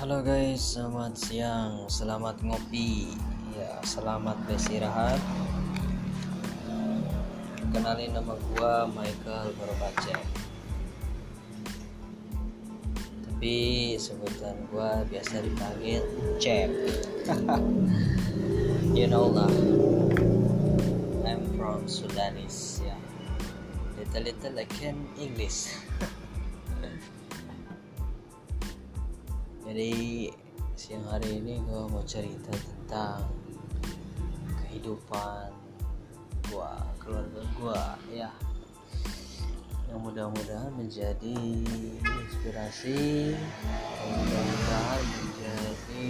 Halo guys, selamat siang, selamat ngopi, ya selamat beristirahat. Kenalin, nama gua Michael Berbacem. Tapi sebutan gua biasa dipanggil Cep. You know lah, I'm from Sudanese ya. Little I can English. Jadi siang hari ini gue mau cerita tentang kehidupan gue, keluarga gue ya, yang mudah-mudahan menjadi inspirasi, mudah-mudahan menjadi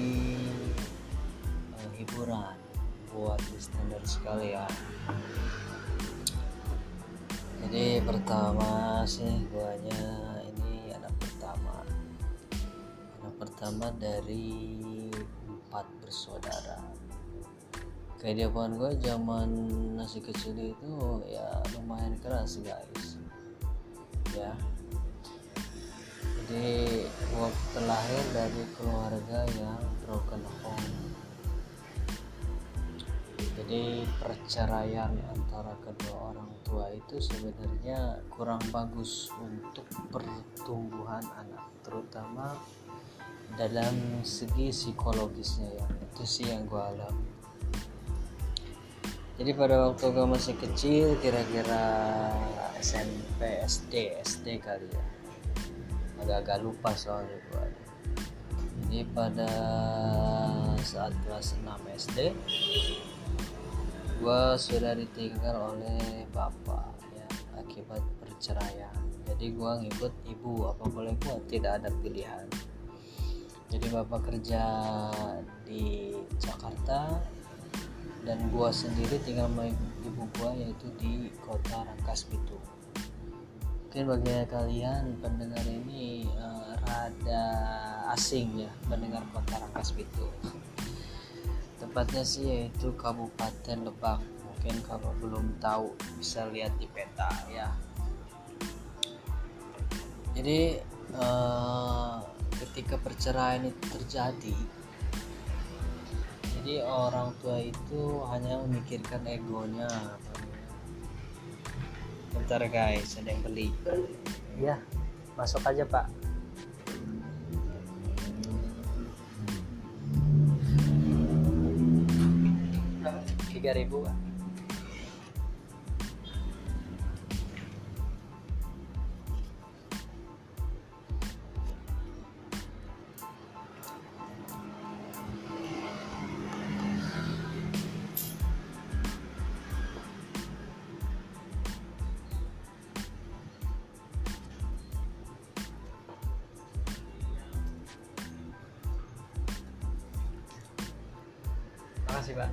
hiburan buat listener sekalian. Jadi pertama sih guanya ini anak pertama dari 4 bersaudara. Kehidupan gue zaman masih kecil itu ya lumayan keras guys ya. Jadi gue terlahir dari keluarga yang broken home. Jadi perceraian antara kedua orang tua itu sebenarnya kurang bagus untuk pertumbuhan anak, terutama dalam segi psikologisnya ya. Itu sih yang gue alami. Jadi pada waktu gue masih kecil, kira-kira SMP, SD kali ya, agak-agak lupa soalnya gue. Jadi pada saat kelas 6 SD gue sudah ditinggal oleh bapak ya, akibat perceraian. Jadi gue ngikut ibu, apa boleh buat, tidak ada pilihan. Jadi bapak kerja di Jakarta dan gua sendiri tinggal sama ibu gua, yaitu di kota Rangkasbitung. Mungkin bagi kalian pendengar ini rada asing ya mendengar kota Rangkasbitung. Tepatnya sih yaitu Kabupaten Lebak. Mungkin kalau belum tahu bisa lihat di peta ya. Jadi ketika perceraian itu terjadi, jadi orang tua itu hanya memikirkan egonya. Bentar guys, ada yang beli ya, masuk aja pak. 3.000 pak. Makasih pak.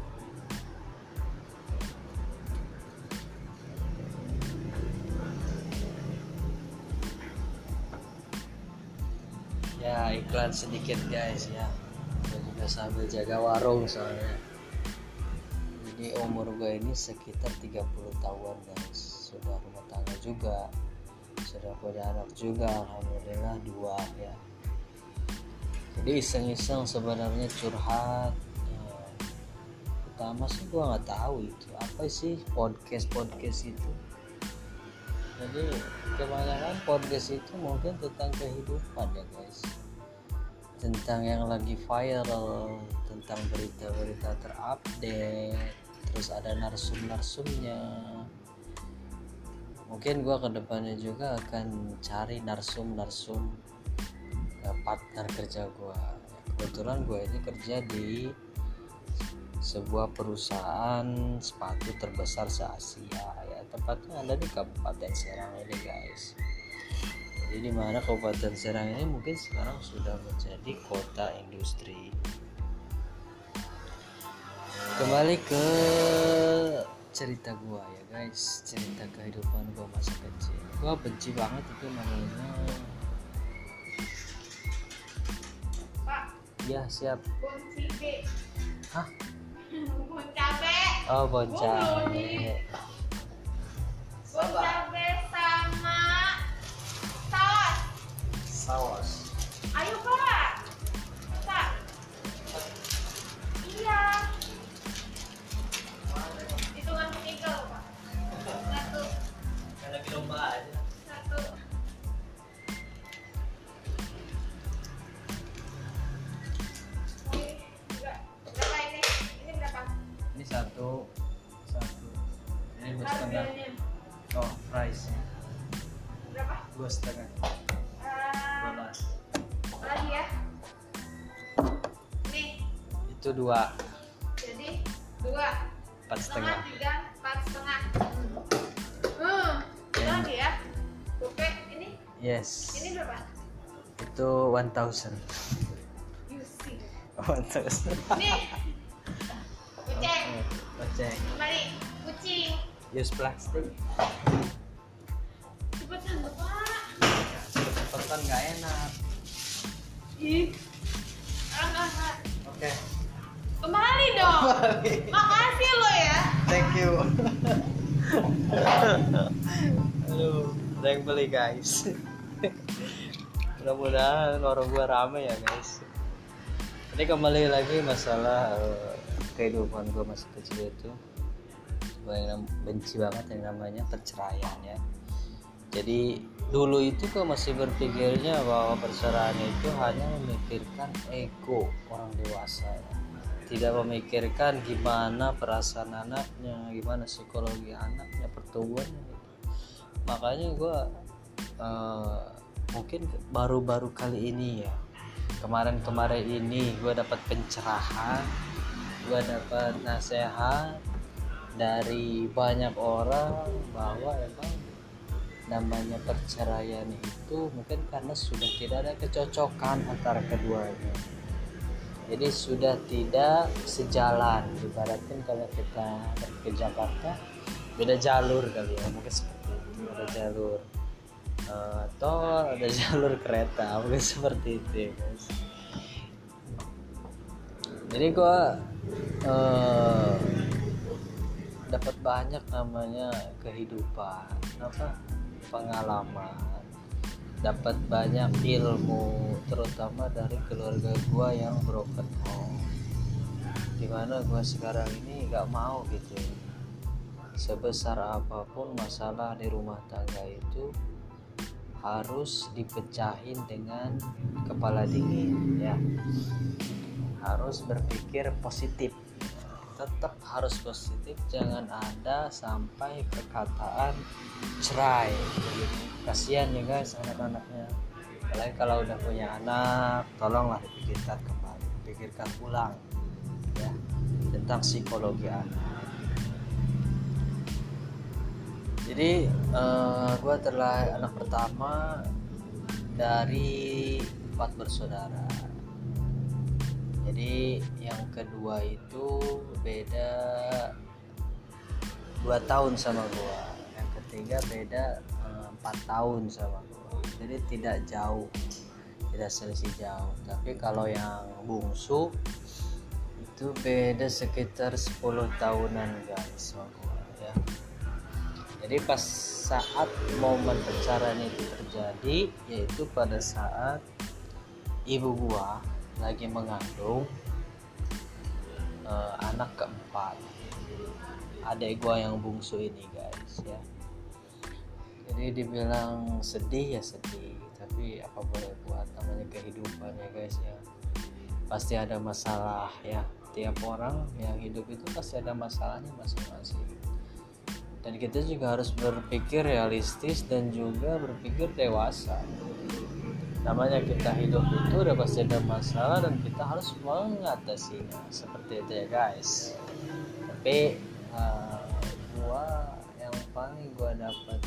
Ya iklan sedikit guys ya, gue juga sambil jaga warung soalnya. Jadi umur gue ini sekitar 30 tahun guys, sudah rumah tangga juga, sudah punya anak juga, alhamdulillah 2 ya. Jadi iseng-iseng sebenarnya curhat. Pertama sih gue nggak tahu itu apa sih podcast itu. Jadi kebanyakan podcast itu mungkin tentang kehidupan ya guys, tentang yang lagi viral, tentang berita-berita terupdate, terus ada narsum-narsumnya. Mungkin gue kedepannya juga akan cari narsum partner kerja gue. Kebetulan gue ini kerja di sebuah perusahaan sepatu terbesar se-Asia ya, tepatnya ada di Kabupaten Serang ini guys. Jadi di mana Kabupaten Serang ini mungkin sekarang sudah menjadi kota industri. Kembali ke cerita gua ya guys, cerita kehidupan gua masa kecil. Gua benci banget itu namanya. Pak. Ya siap. Bon cabe. Hah? Bon cabe. Oh bon cabe. Bon cabe sama saus. Saus. Ayo Pak. 2,5 Harganya oh price nya berapa? 2,5 dolar Lagi ya. Nih, itu 2 jadi 2 4,5 setengah 3 4,5. Lagi ya. Oke, ini yes ini berapa? itu 1,000 You see. 1,000 Nih. Kucing. Ocek Kembali kucing. use plastik Cepetan Bapak. cepetan nggak enak Ih. Enggak. oke Kembali dong. Makasih lo ya. thank you aduh ada yang beli guys mudah-mudahan warung gua rame ya guys. Ini kembali lagi masalah kehidupan gua masih kecil itu gua yang benci banget yang namanya perceraian ya. Jadi dulu itu gua masih berpikirnya bahwa perceraian itu hanya memikirkan ego orang dewasa ya. Tidak memikirkan gimana perasaan anaknya, gimana psikologi anaknya, pertumbuhannya gitu. Makanya gue mungkin baru-baru kali ini ya, kemarin-kemarin ini gue dapat pencerahan, gue dapat nasihat dari banyak orang bahwa emang namanya perceraian itu mungkin karena sudah tidak ada kecocokan antara keduanya. Jadi sudah tidak sejalan. Ibaratkan kalau kita ke Jakarta beda jalur kali ya, mungkin seperti itu. Ada jalur tol, ada jalur kereta, mungkin seperti itu ya guys. Jadi gua dapat banyak namanya kehidupan, pengalaman, dapat banyak ilmu, terutama dari keluarga gua yang broken home, dimana gua sekarang ini gak mau gitu sebesar apapun masalah di rumah tangga itu harus dipecahin dengan kepala dingin ya, harus berpikir positif, tetap harus positif, jangan ada sampai perkataan cerai begitu. Kasihan ya guys anak-anaknya, apalagi kalau udah punya anak, tolonglah dipikirkan kembali, pikirkan ulang ya tentang psikologi anak. Jadi gue terlahir anak pertama dari 4 bersaudara. Jadi yang kedua itu beda 2 tahun sama gue, yang ketiga beda 4 tahun sama gue. Jadi tidak jauh, tidak selisih jauh. Tapi kalau yang bungsu itu beda sekitar 10 tahunan guys sama gue ya. Jadi pas saat momen perceraian itu terjadi, yaitu pada saat ibu gua lagi mengandung anak keempat, adik gua yang bungsu ini guys ya. Jadi dibilang sedih ya sedih, tapi apa boleh buat, namanya kehidupan ya guys ya. Pasti ada masalah ya, tiap orang yang hidup itu pasti ada masalahnya masing-masing. Dan kita juga harus berpikir realistis dan juga berpikir dewasa. Namanya kita hidup itu udah pasti ada masalah dan kita harus mengatasinya, seperti itu ya guys. Tapi gua yang paling gua dapat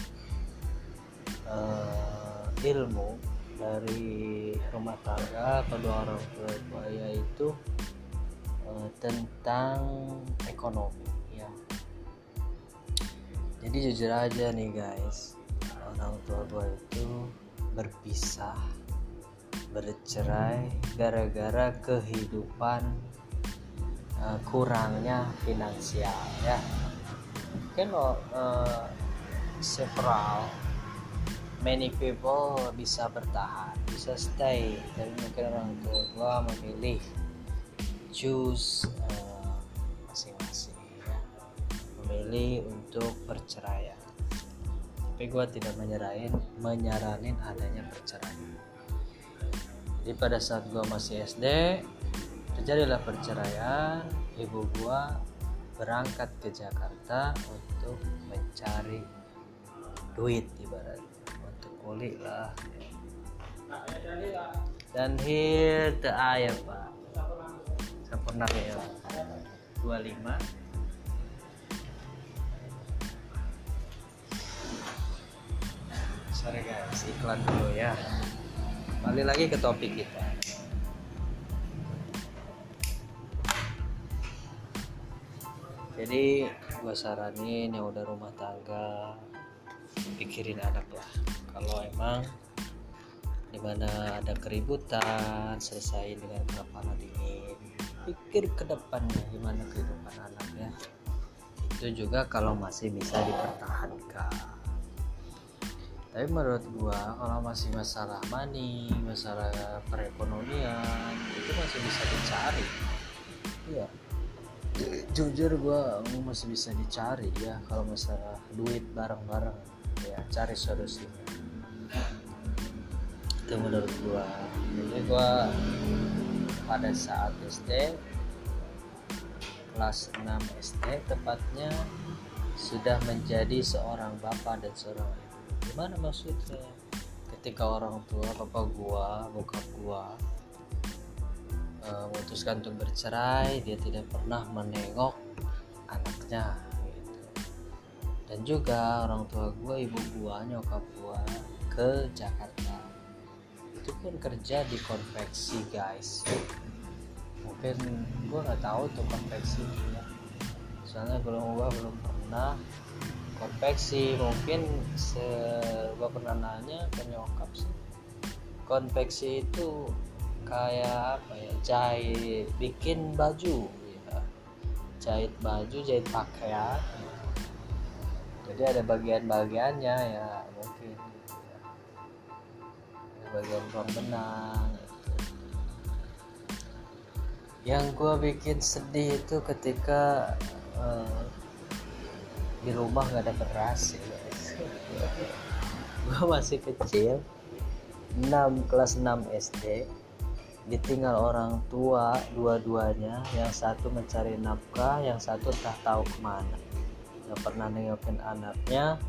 ilmu dari rumah tangga kedua orang tua gua yaitu tentang ekonomi ya. Jadi jujur aja nih guys, orang tua gue itu berpisah, bercerai gara-gara kehidupan kurangnya finansial ya. Mungkin many people bisa bertahan, bisa stay, tapi mungkin orang tua gue memilih choose masing-masing ya, memilih untuk perceraian. Tapi gue tidak menyaranin adanya perceraian. Jadi pada saat gue masih SD terjadilah perceraian. Ibu gue berangkat ke Jakarta untuk mencari duit, ibaratnya untuk kuliah lah. Dan here the ayah pak, saya pernah ya 25. Sorry guys, iklan dulu ya. Balik lagi ke topik kita. Jadi gue saranin yang udah rumah tangga, pikirin anak lah. Kalau emang dimana ada keributan, selesai dengan kepala dingin, pikir ke depannya gimana kehidupan anaknya. Itu juga kalau masih bisa dipertahankan. Tapi menurut gua kalau masih masalah money, masalah perekonomian, itu masih bisa dicari. Iya, jujur gua masih bisa dicari ya. Kalau masalah duit bareng-bareng ya, cari solusinya. Itu menurut gua. Jadi gua pada saat SD kelas 6 SD tepatnya sudah menjadi seorang bapak dan seorang ibu. Gimana maksudnya? Ketika orang tua, bapak gua, bokap gua memutuskan untuk bercerai, dia tidak pernah menengok anaknya gitu. Dan juga orang tua gua, ibu gua, nyokap gua ke Jakarta. Itu pun kerja di konveksi guys. Mungkin gua nggak tahu tuh konveksi ya. Soalnya gua belum pernah konveksi. Mungkin gua pernah nanya ke nyokap sih, konveksi itu kayak apa ya, jahit, bikin baju ya. Jahit baju, jahit pakaian, jadi ada bagian-bagiannya ya, mungkin gitu ya. Ada bagian ruang benang gitu. Yang gua bikin sedih itu ketika di rumah gak ada beras ya guys. Gue masih kecil, kelas 6 SD, ditinggal orang tua dua-duanya, yang satu mencari nafkah, yang satu tak tahu kemana, gak pernah nengokin anaknya.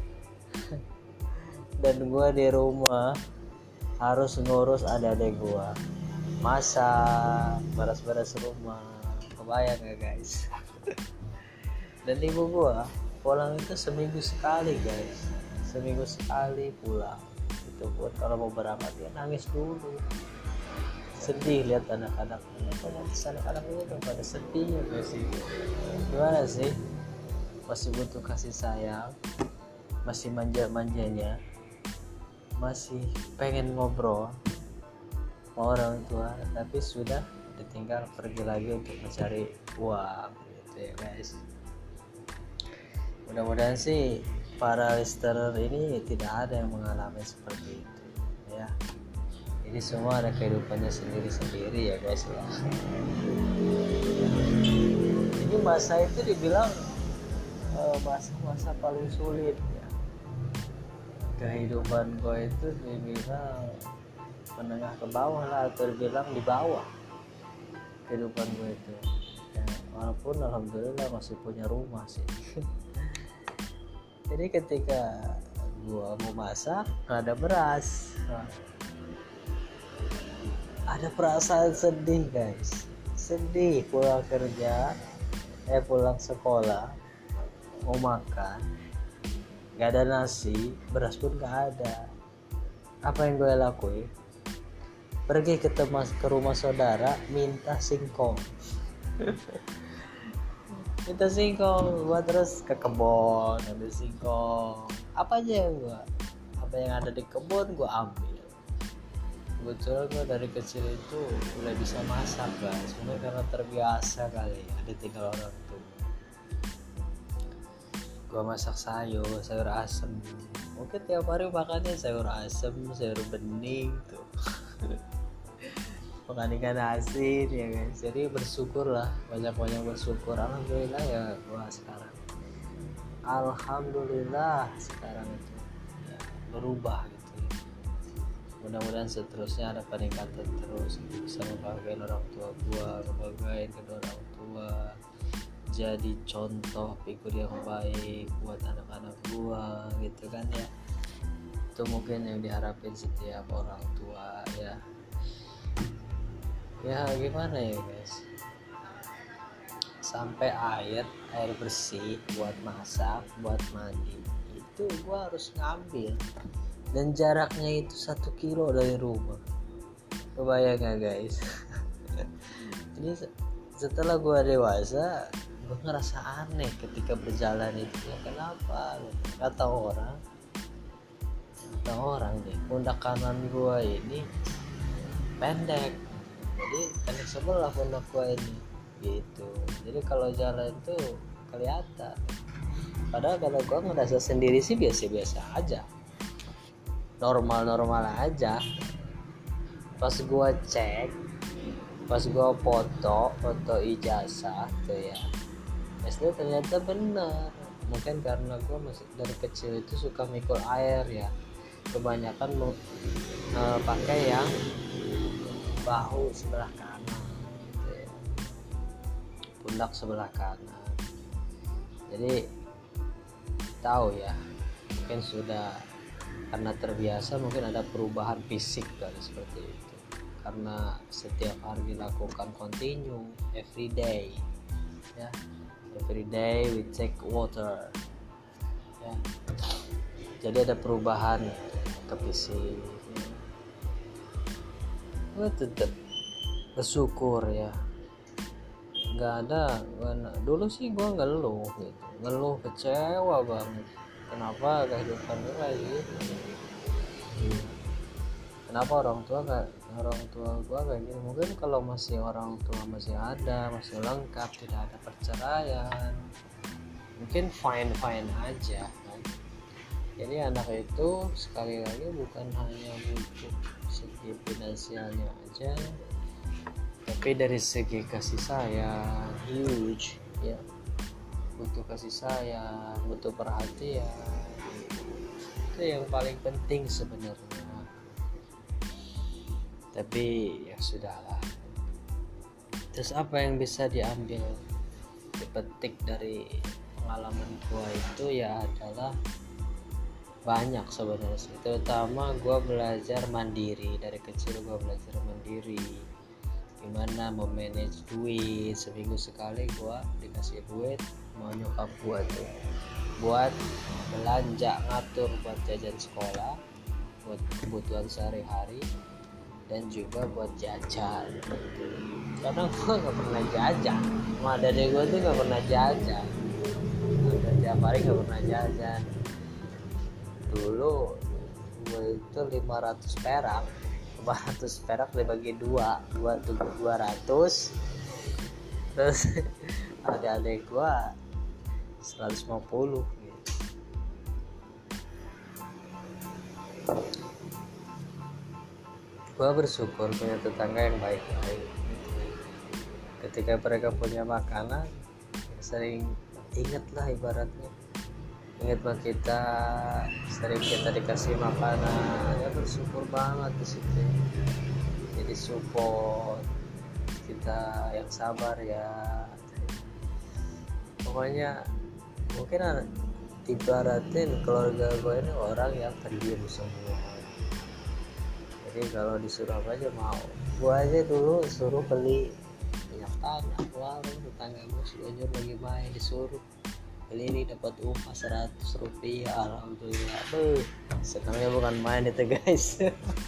Dan gue di rumah harus ngurus adik-adik gue, masak, baras-baras rumah, kebayang gak guys? Dan ibu gua pulang itu seminggu sekali guys, seminggu sekali pulang. Itu pun kalau mau berangkat dia nangis dulu, sedih lihat anak-anaknya. Anak-anak itu udah pada sedih ya guys. Gimana sih, masih butuh kasih sayang, masih manja-manjanya, masih pengen ngobrol sama orang tua, tapi sudah ditinggal pergi lagi untuk mencari uang gitu ya guys. Mudah-mudahan sih para listener ini tidak ada yang mengalami seperti itu ya. Ini semua ada kehidupannya sendiri-sendiri ya guys ya. Ini masa itu dibilang masa paling sulit ya. Kehidupan gue itu dibilang menengah ke bawah lah, atau dibilang di bawah kehidupan gue itu ya, walaupun alhamdulillah masih punya rumah sih. Jadi ketika gua mau masak gak ada beras, ada perasaan sedih guys, sedih. Pulang kerja, pulang sekolah, mau makan gak ada nasi, beras pun gak ada. Apa yang gue lakuin? Pergi ke rumah saudara, minta singkong. Minta singkong, gua terus ke kebun, ambil singkong, apa yang ada di kebun gua ambil. Kebetulan gua dari kecil itu mulai bisa masak guys, mungkin karena terbiasa kali ya ditinggal orang tua. Gua masak sayur asem, mungkin tiap hari makannya sayur asem, sayur bening tuh. Makan ikan asin ya guys. Jadi bersyukur lah, banyak-banyak bersyukur. Alhamdulillah ya gua sekarang, alhamdulillah sekarang itu ya, berubah gitu. Mudah-mudahan seterusnya ada peningkatan terus, bisa membahagiakan orang tua gua, membahagiakan kedua orang tua, jadi contoh figur yang baik buat anak-anak gua gitu kan ya. Itu mungkin yang diharapin setiap orang tua ya. Ya gimana ya guys, sampai air bersih buat masak, buat mandi itu gua harus ngambil, dan jaraknya itu 1 kilo dari rumah. Kebayang gak guys? Jadi setelah gua dewasa, gua ngerasa aneh ketika berjalan itu ya. Kenapa? Kata orang nih, pundak kanan gua ini pendek, jadi pendek sebelah pundak gua ini gitu. Jadi kalau jalan tuh kelihatan. Padahal kalau gua ngerasa sendiri sih biasa-biasa aja, normal aja. Pas gua cek, pas gua foto ijazah tuh ya, SD ternyata benar. Mungkin karena gua masih dari kecil itu suka mikul air ya, kebanyakan pakai yang bahu sebelah kanan gitu ya, pundak sebelah kanan. Jadi tahu ya, mungkin sudah karena terbiasa, mungkin ada perubahan fisik kali seperti itu, karena setiap hari dilakukan continue everyday ya, everyday we take water ya. Jadi ada perubahan ke fisik ya. Gue tetap bersyukur ya, nggak ada. Dulu sih gue ngeluh gitu, kecewa banget kenapa kehidupan gue kayak gitu. Kenapa orang tua gue kayak gini. Mungkin kalau masih orang tua masih ada, masih lengkap, tidak ada perceraian, mungkin fine aja kan. Jadi anak itu sekali lagi bukan hanya butuh segi finansialnya aja, tapi dari segi kasih sayang huge ya, butuh kasih sayang, butuh perhatian. Itu yang paling penting sebenarnya. Tapi ya sudahlah. Terus apa yang bisa dipetik dari pengalaman gua itu ya adalah banyak sebenarnya. Terutama gua belajar mandiri. Dari kecil gua belajar mandiri, gimana memanage duit. Seminggu sekali gua dikasih duit mau nyokap gua tuh buat belanja, ngatur buat jajan sekolah, buat kebutuhan sehari-hari, dan juga buat jajan. Karena gua nggak pernah jajan, sama adek gua tuh nggak pernah jajan, tiap hari nggak pernah jajan. Dulu gua itu 500 perak dibagi 2 tuh 200. Terus adik-adik gua 150 gitu. Gua bersyukur punya tetangga yang baik-baik. Ketika mereka punya makanan, sering inget lah, ibaratnya inget sama kita, sering kita dikasih makanan, ya bersyukur banget di situ. Jadi support kita yang sabar ya. Pokoknya mungkin ibaratin keluarga gue ini orang yang pendiam semua. Jadi kalau disuruh apa aja mau. Gue aja dulu suruh beli minyak tanah, warung tetangga gue seujur lagi main, disuruh beli ini dapat upah 100 rupiah. Alhamdulillah, senangnya bukan main itu guys.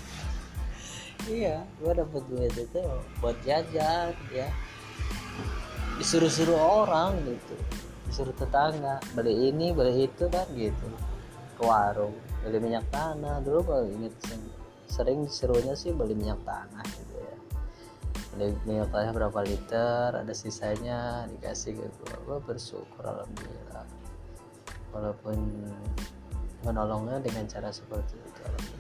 Iya, gue dapat duit itu buat jajan ya, disuruh orang gitu, disuruh tetangga beli ini beli itu kan gitu, ke warung beli minyak tanah. Dulu gue inget sering disuruhnya sih beli minyak tanah gitu ya, beli minyak tanah berapa liter, ada sisanya dikasih ke gue bersyukur alhamdulillah, walaupun menolongnya dengan cara seperti itu. Alhamdulillah.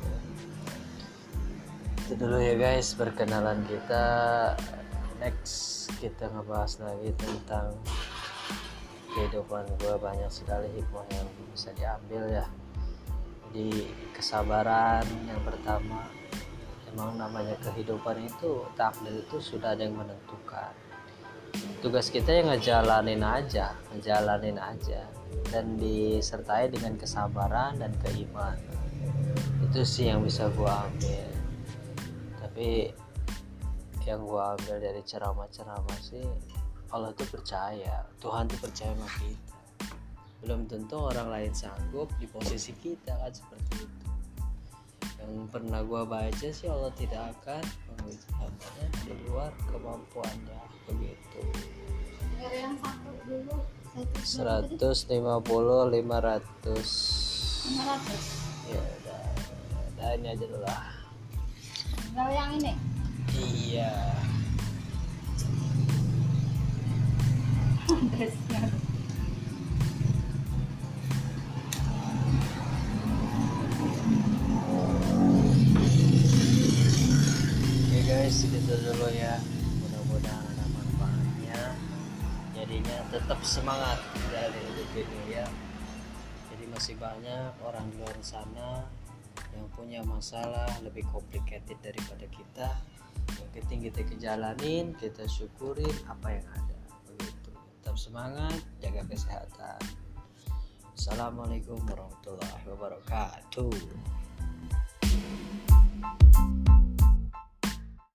Itu dulu ya guys perkenalan kita. Next kita ngebahas lagi tentang kehidupan gue. Banyak sekali hikmah yang bisa diambil ya. Jadi kesabaran yang pertama, emang namanya kehidupan itu takdir itu sudah ada yang menentukan. tugas kita yang ngejalanin aja dan disertai dengan kesabaran dan keimanan. Itu sih yang bisa gua ambil. Tapi yang gua ambil dari ceramah-ceramah sih, Allah tuh percaya, Tuhan tuh percaya sama kita. Belum tentu orang lain sanggup di posisi kita, kan seperti itu. Yang pernah gua baca sih, Allah tidak akan menguji hambanya di luar kemampuannya, begitu. Dari yang satu dulu. 150, 500. 500. Ya udah ini aja dulu lah. Kalau yang ini? Iya. Oke guys, segitu dulu ya. Mudah-mudahan ada manfaatnya. Jadinya tetap semangat dari hidup ini ya. Jadi masih banyak orang di luar sana yang punya masalah lebih complicated daripada kita. Yang penting kita kejalanin, kita syukurin apa yang ada. Begitu. Tetap semangat, jaga kesehatan. Assalamualaikum warahmatullahi wabarakatuh.